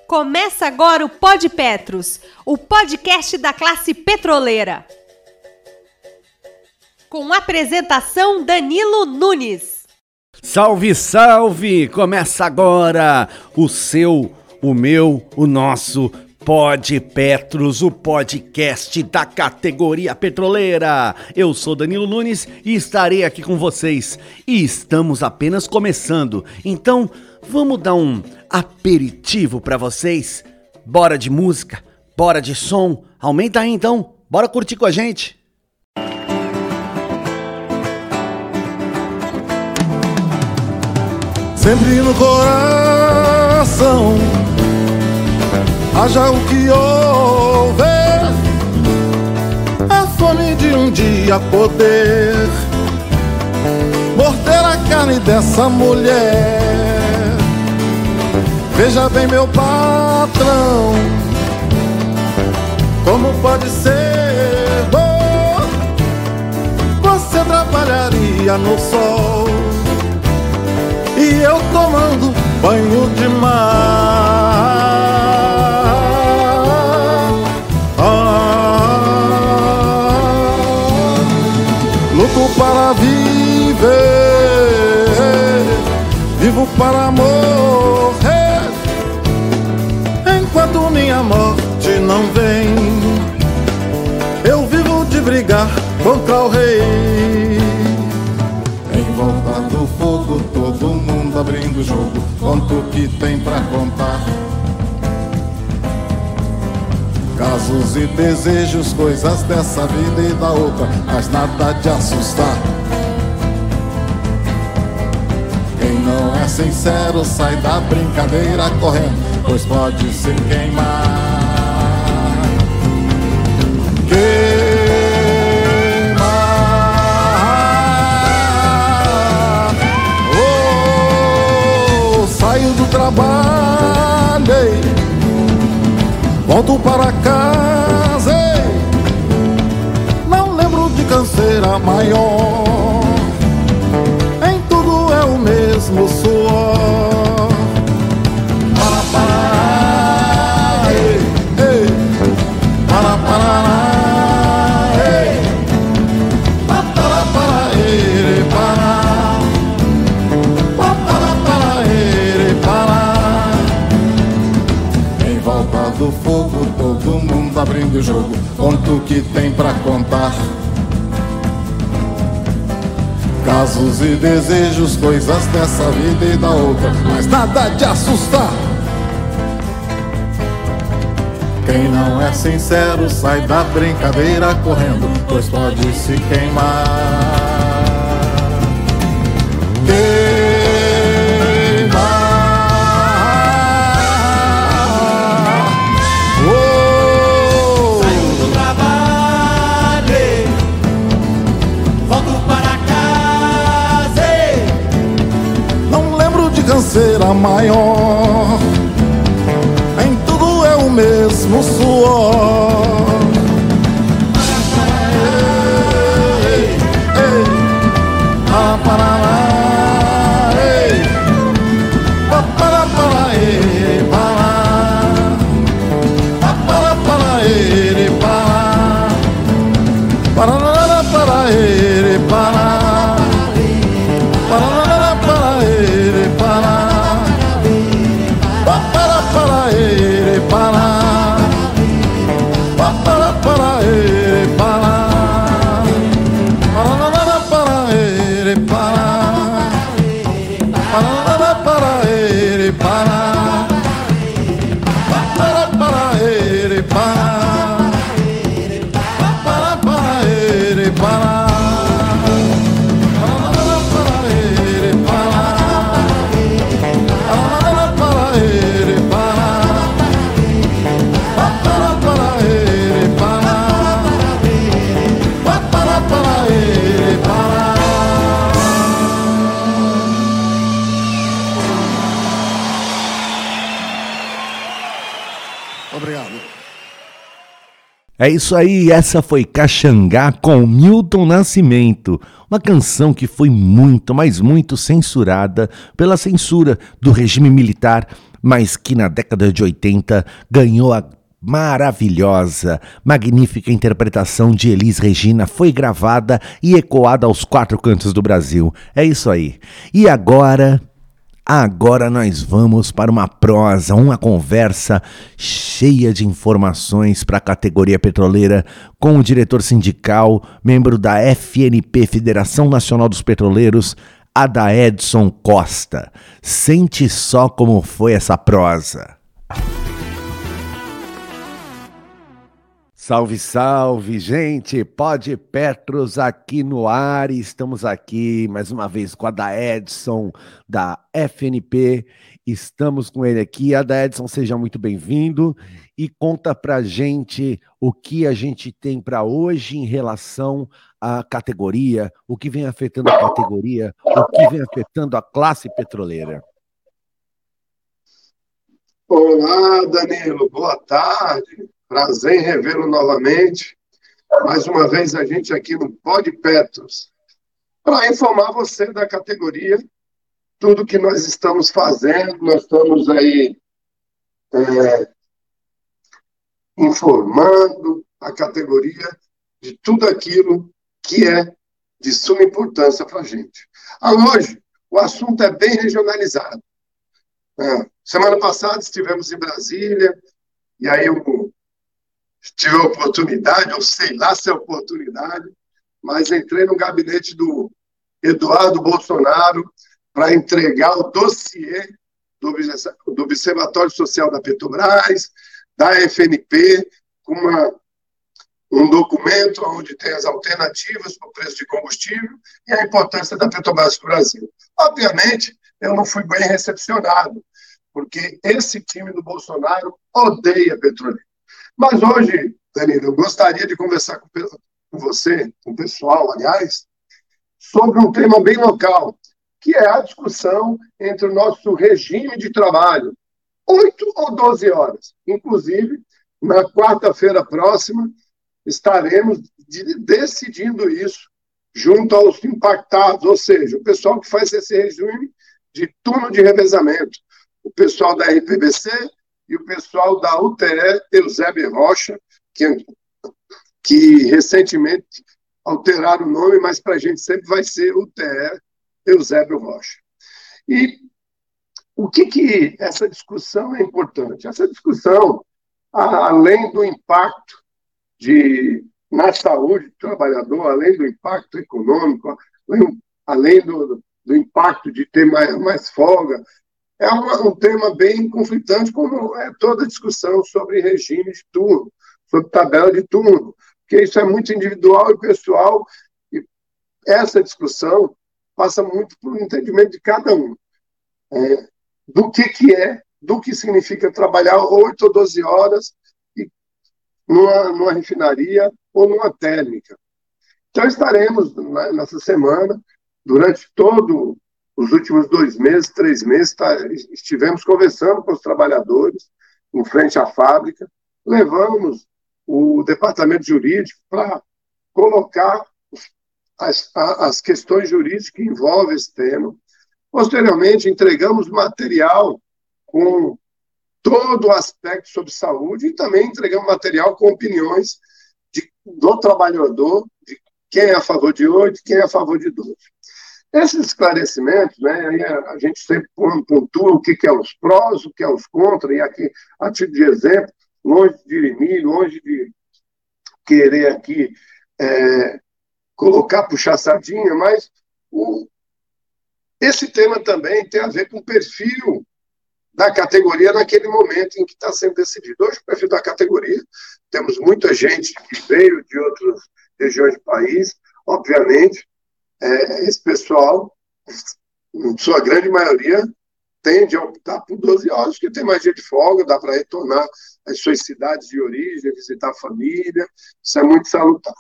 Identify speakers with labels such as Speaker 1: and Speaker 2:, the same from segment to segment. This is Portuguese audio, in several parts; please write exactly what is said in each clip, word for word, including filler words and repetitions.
Speaker 1: Começa agora o Pod Petros, o podcast da classe petroleira. Com apresentação Danilo Nunes.
Speaker 2: Salve, salve! Começa agora o seu, o meu, o nosso Pod Petros, o podcast da categoria petroleira. Eu sou Danilo Nunes e estarei aqui com vocês. E estamos apenas começando, então vamos dar um aperitivo para vocês? Bora de música, bora de som, aumenta aí então, bora curtir com a gente.
Speaker 3: Sempre no coração haja o que houver, a fome de um dia poder morder a carne dessa mulher. Veja bem, meu patrão, como pode ser bom? Você trabalharia no sol e eu tomando banho de mar. Ah, luto para viver, vivo para morrer, enquanto minha morte não vem. Eu vivo de brigar contra o rei. Em volta do fogo, todo mundo abrindo o jogo, conta o que tem pra contar. Casos e desejos, coisas dessa vida e da outra, mas nada de assustar. Quem não é sincero sai da brincadeira correndo, pois pode se queimar. Queimar. Oh, saio do trabalho, ei, volto para casa, ei, não lembro de canseira maior. Em tudo é o mesmo suor. Para, para, ei, ei, para, para, ei, para, para, ei, para, para, para, ei, para. Em volta do fogo, todo mundo abrindo o jogo, conta o que tem pra contar. Casos e desejos, coisas dessa vida e da outra, mas nada de assustar. Quem não é sincero sai da brincadeira correndo, pois pode se queimar. Canseira maior, em tudo é o mesmo suor. Ei, ei, para, para, ei, para, para, ei, para, para, para, ei, para, para, para, ei, para, para.
Speaker 2: É isso aí, essa foi Caxangá com Milton Nascimento, uma canção que foi muito, mas muito censurada pela censura do regime militar mas que na década de oitenta ganhou a maravilhosa, magnífica interpretação de Elis Regina, foi gravada e ecoada aos quatro cantos do Brasil. É isso aí. E agora... Agora nós vamos para uma prosa, uma conversa cheia de informações para a categoria petroleira com o diretor sindical, membro da F N P, Federação Nacional dos Petroleiros, Adaedson Costa. Sente só como foi essa prosa. Salve, salve, gente! Pod Petros aqui no ar, e estamos aqui mais uma vez com a Adaedson da F N P. Estamos com ele aqui. Adaedson, seja muito bem-vindo e conta pra gente o que a gente tem para hoje em relação à categoria, o que vem afetando a categoria, o que vem afetando a classe petroleira.
Speaker 4: Olá, Danilo, boa tarde. Prazer em revê-lo novamente. Mais uma vez a gente aqui no Pod Petros para informar você da categoria, tudo que nós estamos fazendo. Nós estamos aí é, informando a categoria de tudo aquilo que é de suma importância para a gente. Ah, hoje o assunto é bem regionalizado. É, semana passada estivemos em Brasília e aí eu tive a oportunidade, ou sei lá se é oportunidade, mas entrei no gabinete do Eduardo Bolsonaro para entregar o dossiê do, do Observatório Social da Petrobras, da F N P, com uma, um documento onde tem as alternativas para o preço de combustível e a importância da Petrobras para o Brasil. Obviamente, eu não fui bem recepcionado, porque esse time do Bolsonaro odeia petróleo. Mas hoje, Danilo, eu gostaria de conversar com você, com o pessoal, aliás, sobre um tema bem local, que é a discussão entre o nosso regime de trabalho, oito ou doze horas. Inclusive, na quarta-feira próxima, estaremos decidindo isso junto aos impactados, ou seja, o pessoal que faz esse regime de turno de revezamento, o pessoal da R P B C e o pessoal da U T E Eusébio Rocha, que, que recentemente alteraram o nome, mas para a gente sempre vai ser U T E Eusébio Rocha. E o que, que essa discussão é importante? Essa discussão, além do impacto de, na saúde do trabalhador, além do impacto econômico, além, além do, do impacto de ter mais, mais folga, é uma, um tema bem conflitante, como é toda discussão sobre regime de turno, sobre tabela de turno, porque isso é muito individual e pessoal, e essa discussão passa muito por um entendimento de cada um, é, do que, que é, do que significa trabalhar oito ou doze horas e numa, numa refinaria ou numa térmica. Então, estaremos nessa semana, durante todo os últimos dois meses, três meses, tá, estivemos conversando com os trabalhadores em frente à fábrica, levamos o departamento jurídico para colocar as, as questões jurídicas que envolvem esse tema. Posteriormente, entregamos material com todo o aspecto sobre saúde e também entregamos material com opiniões de, do trabalhador, de quem é a favor de oito, quem é a favor de doze. Esses esclarecimentos, né, aí a gente sempre pontua o que é os prós, o que é os contras, e aqui, a título de exemplo, longe de dirimir, longe de querer aqui é, colocar, puxar sardinha, mas o, esse tema também tem a ver com o perfil da categoria naquele momento em que está sendo decidido. Hoje, o perfil da categoria, temos muita gente que veio de outras regiões do país, obviamente. É, esse pessoal, em sua grande maioria, tende a optar por doze horas, porque tem mais dia de folga, dá para retornar às suas cidades de origem, visitar a família, isso é muito salutar.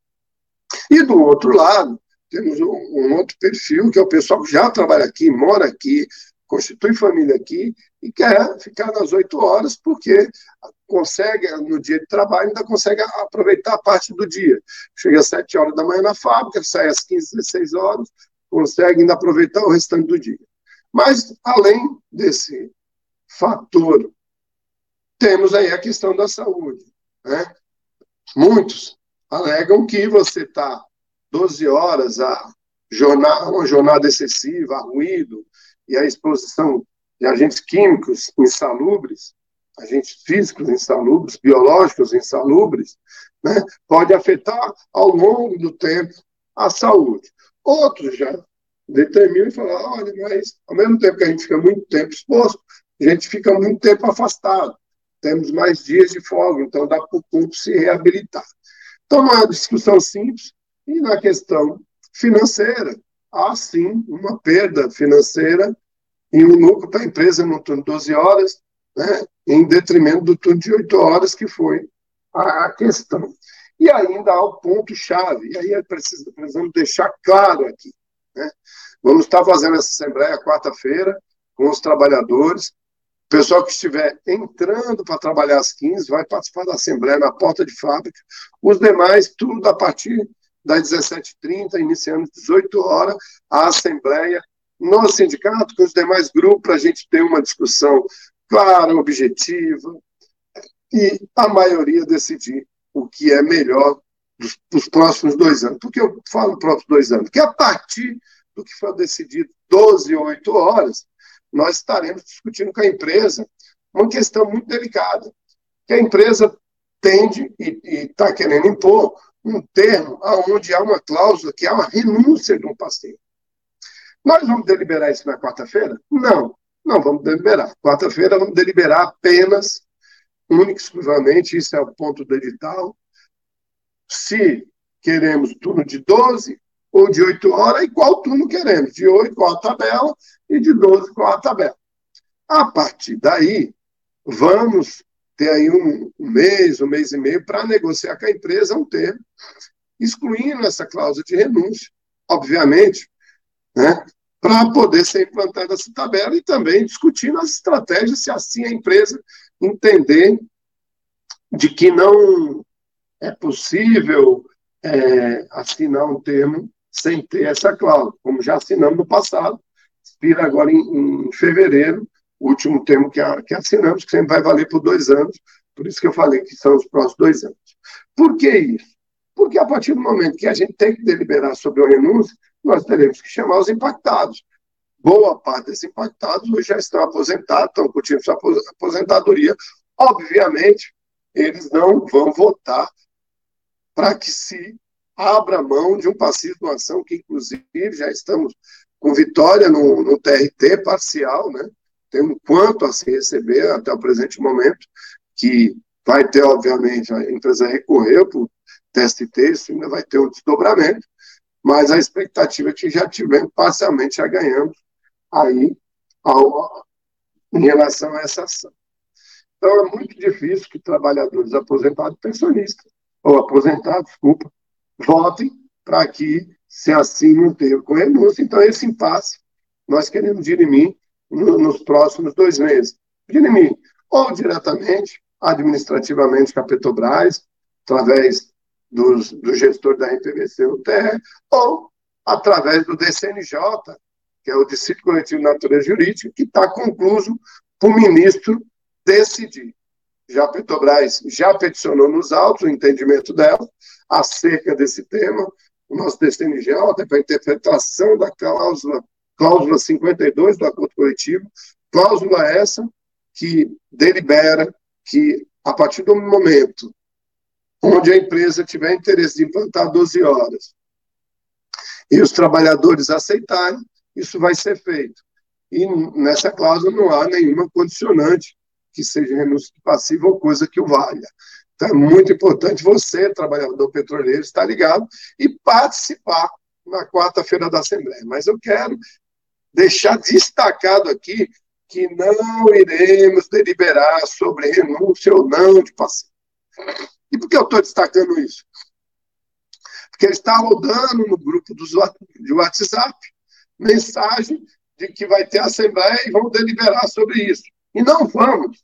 Speaker 4: E do outro lado, temos um, um outro perfil, que é o pessoal que já trabalha aqui, mora aqui, constitui família aqui e quer ficar nas oito horas, porque consegue, no dia de trabalho, ainda consegue aproveitar a parte do dia. Chega às sete horas da manhã na fábrica, sai às quinze, dezesseis horas, consegue ainda aproveitar o restante do dia. Mas, além desse, fator. Temos aí a questão da saúde, né? Muitos alegam que você está doze horas a jornada, uma jornada excessiva, a ruído e a exposição de agentes químicos insalubres, agentes físicos insalubres, biológicos insalubres, né, pode afetar ao longo do tempo a saúde. Outros já determinam e falam, olha, mas ao mesmo tempo que a gente fica muito tempo exposto, a gente fica muito tempo afastado. Temos mais dias de folga, então dá para o corpo se reabilitar. Então, não é uma discussão simples. E na questão financeira, há sim uma perda financeira e um lucro para a empresa no turno de doze horas, né, em detrimento do turno de oito horas, que foi a questão. E ainda há o ponto-chave, e aí é preciso, precisamos deixar claro aqui, né? Vamos estar fazendo essa assembleia quarta-feira com os trabalhadores. O pessoal que estiver entrando para trabalhar às quinze vai participar da assembleia na porta de fábrica. Os demais, tudo a partir das dezessete e trinta, iniciando às dezoito horas, a assembleia no sindicato, com os demais grupos, para a gente ter uma discussão clara, objetiva, e a maioria decidir o que é melhor dos, dos próximos dois anos. Por que eu falo próximos dois anos? Porque a partir do que for decidido doze ou oito horas, nós estaremos discutindo com a empresa uma questão muito delicada, que a empresa tende e está querendo impor um termo onde há uma cláusula que há uma renúncia de um parceiro. Nós vamos deliberar isso na quarta-feira? Não, não vamos deliberar. Quarta-feira vamos deliberar apenas, única e exclusivamente, isso é o ponto do edital, se queremos turno de doze ou de oito horas, e qual turno queremos, de oito qual a tabela e de doze qual a tabela. A partir daí, vamos ter aí um, um mês, um mês e meio para negociar com a empresa um termo, excluindo essa cláusula de renúncia, obviamente, né, para poder ser implantada essa tabela e também discutindo as estratégias, se assim a empresa entender de que não é possível é, assinar um termo sem ter essa cláusula, como já assinamos no passado, expira agora em, em fevereiro, o último termo que, a, que assinamos, que sempre vai valer por dois anos, por isso que eu falei que são os próximos dois anos. Por que isso? Porque a partir do momento que a gente tem que deliberar sobre a renúncia, nós teremos que chamar os impactados. Boa parte desses impactados hoje já estão aposentados, estão curtindo sua aposentadoria. Obviamente, eles não vão votar para que se abra mão de um passivo de doação, que inclusive já estamos com vitória no, no T R T parcial, né? Tem um quanto a se receber até o presente momento, que vai ter, obviamente, a empresa recorreu para o T S T, isso ainda vai ter um desdobramento, mas a expectativa é que já tivemos, parcialmente já ganhamos aí ao, em relação a essa ação. Então, é muito difícil que trabalhadores aposentados, pensionistas, ou aposentados, desculpa, votem para que se assine um termo com renúncia. Então, esse impasse nós queremos dirimir no, nos próximos dois meses. Dirimir ou diretamente, administrativamente, com a Petrobras, através dos, do gestor da R P V C, o T R, ou através do D C N J, que é o Dissídio Coletivo de Natureza Jurídica, que está concluso para o ministro decidir. Já a Petrobras já peticionou nos autos o entendimento dela acerca desse tema. O nosso D C N J é para a interpretação da cláusula, cláusula cinquenta e dois do Acordo Coletivo, cláusula essa que delibera que, a partir do momento onde a empresa tiver interesse de implantar doze horas e os trabalhadores aceitarem, isso vai ser feito. E nessa cláusula não há nenhuma condicionante que seja renúncia passiva ou coisa que o valha. Então é muito importante você, trabalhador petroleiro, estar ligado e participar na quarta-feira da Assembleia. Mas eu quero deixar destacado aqui que não iremos deliberar sobre renúncia ou não de passivo. E por que eu estou destacando isso? Porque está rodando no grupo dos, de WhatsApp mensagem de que vai ter Assembleia e vamos deliberar sobre isso. E não vamos.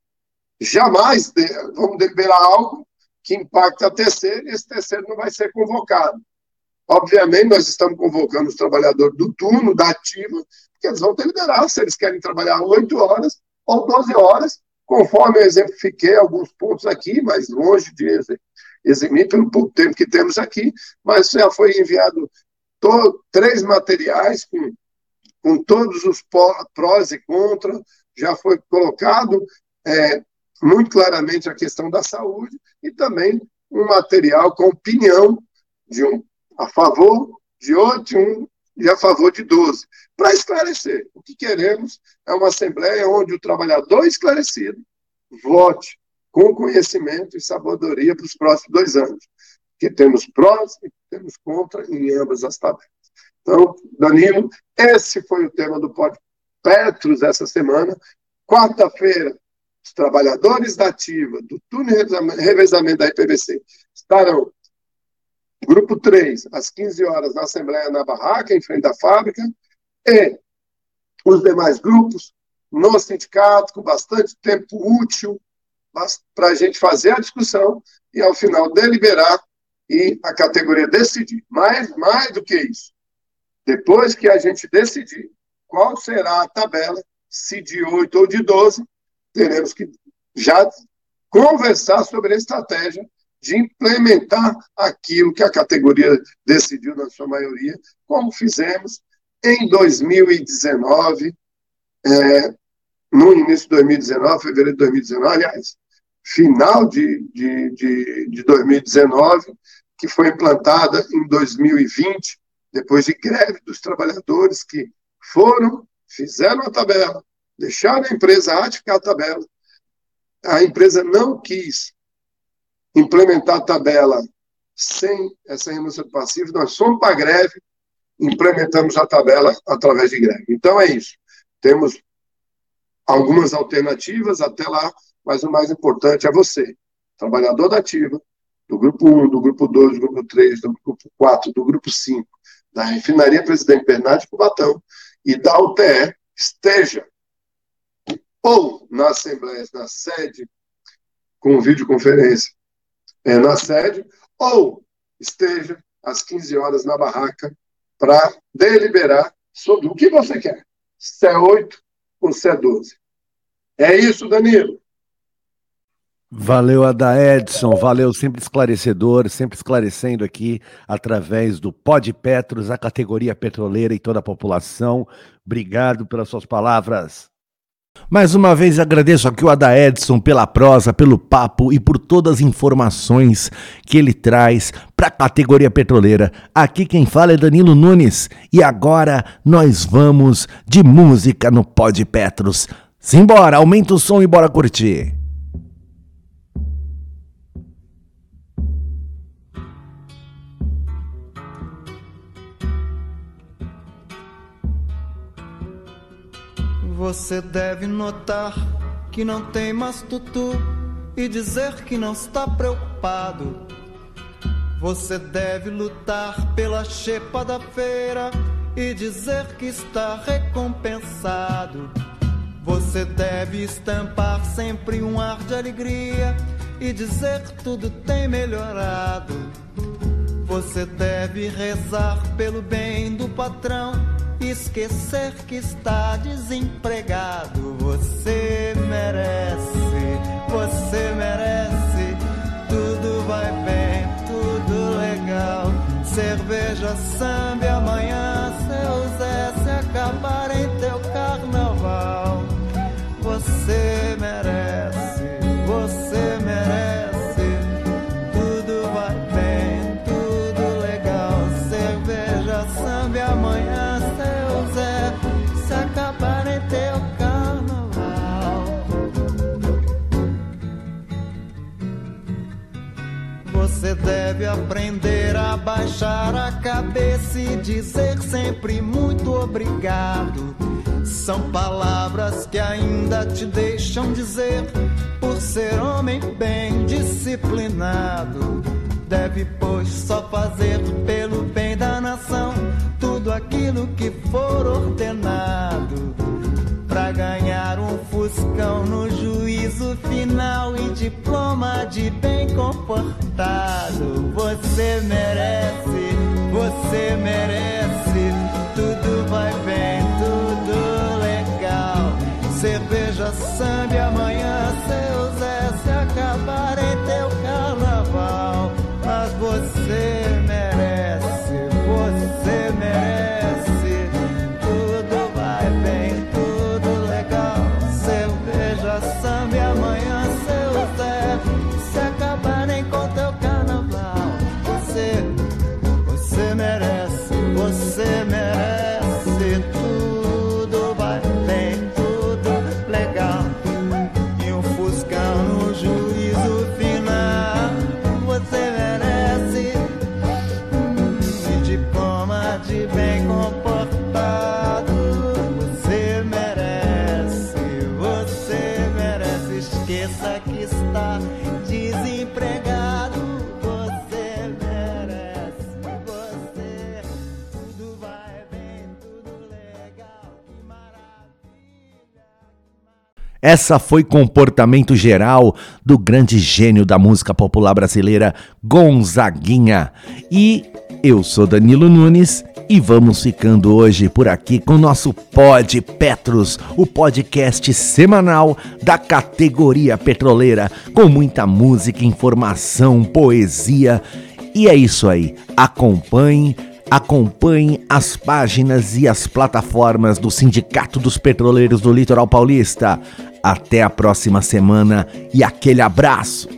Speaker 4: Jamais de, vamos deliberar algo que impacte a terceira e esse terceiro não vai ser convocado. Obviamente, nós estamos convocando os trabalhadores do turno, da ativa, porque eles vão deliberar se eles querem trabalhar oito horas ou doze horas, conforme eu exemplifiquei alguns pontos aqui, mas longe de eximir pelo pouco tempo que temos aqui, mas já foi enviado to- três materiais com, com todos os prós e contras, já foi colocado é, muito claramente a questão da saúde e também um material com opinião de um a favor de outro um, e a favor de doze, para esclarecer. O que queremos é uma assembleia onde o trabalhador esclarecido vote com conhecimento e sabedoria para os próximos dois anos, que temos prós e temos contra em ambas as tabelas. Então, Danilo, esse foi o tema do Pod Petros essa semana. Quarta-feira, os trabalhadores da ativa, do turno de revezamento da I P V C, estarão, grupo três, às quinze horas, na Assembleia na Barraca, em frente à fábrica, e os demais grupos no sindicato, com bastante tempo útil para a gente fazer a discussão e, ao final, deliberar e a categoria decidir. Mas, mais do que isso, depois que a gente decidir qual será a tabela, se de oito ou de doze, teremos que já conversar sobre a estratégia de implementar aquilo que a categoria decidiu na sua maioria, como fizemos em dois mil e dezenove, é, no início de dois mil e dezenove, fevereiro de dois mil e dezenove, aliás, final de, de, de, de dois mil e dezenove, que foi implantada em dois mil e vinte, depois de greve dos trabalhadores que foram, fizeram a tabela, deixaram a empresa ratificar a tabela. A empresa não quis implementar a tabela sem essa renúncia do passivo, nós fomos para a greve, implementamos a tabela através de greve. Então é isso. Temos algumas alternativas até lá, mas o mais importante é você, trabalhador da ativa, do grupo um, do grupo dois, do grupo três, do grupo quatro, do grupo cinco, da refinaria Presidente Bernardo de Cubatão e da U T E, esteja ou na Assembleia, na sede, com videoconferência, é, na sede, ou esteja às quinze horas na barraca para deliberar sobre o que você quer, se é oito ou se é doze. É isso, Danilo.
Speaker 2: Valeu, Adaedson, valeu, sempre esclarecedor, sempre esclarecendo aqui através do Pod Petros, a categoria petroleira e toda a população. Obrigado pelas suas palavras. Mais uma vez agradeço aqui o Adaedson pela prosa, pelo papo e por todas as informações que ele traz para a categoria petroleira. Aqui quem fala é Danilo Nunes e agora nós vamos de música no Pod Petros. Simbora, aumenta o som e bora curtir.
Speaker 5: Você deve notar que não tem mais tutu e dizer que não está preocupado. Você deve lutar pela xepa da feira e dizer que está recompensado. Você deve estampar sempre um ar de alegria e dizer que tudo tem melhorado. Você deve rezar pelo bem do patrão e esquecer que está desempregado. Você merece, você merece. Tudo vai bem, tudo legal. Cerveja, samba e amanhã seu Zé se acabar em teu carnaval. Você merece, você merece. Tudo vai bem, tudo legal. Cerveja, samba e amanhã seu Zé se acabar em teu carnaval. Você deve aprender a baixar a cabeça e dizer sempre muito obrigado. São palavras que ainda te deixam dizer, por ser homem bem disciplinado. Deve, pois, só fazer pelo bem da nação tudo aquilo que for ordenado, pra ganhar um fuscão no juízo final e diploma de bem comportado. Você merece, você merece. Tudo vai bem, tudo legal. Cerveja, samba e amanhã, seu Zé, se acabar em teu carnaval. Mas você merece, você merece. Tudo vai bem, tudo legal. Seu veja samba e amanhã, seu Zé, se acabarem com teu carnaval. Você, você merece, você merece. Tudo vai bem, tudo legal. E um fuscão no juízo final. Você merece. E diploma de bem comportado. Você merece, você merece. Esqueça que está desempregado. Você merece, você. Tudo vai bem, tudo legal. Que maravilha.
Speaker 2: Essa foi Comportamento Geral do grande gênio da música popular brasileira, Gonzaguinha. E eu sou Danilo Nunes e vamos ficando hoje por aqui com o nosso Pod Petros, o podcast semanal da categoria petroleira, com muita música, informação, poesia. E é isso aí, acompanhe, acompanhe as páginas e as plataformas do Sindicato dos Petroleiros do Litoral Paulista. Até a próxima semana e aquele abraço!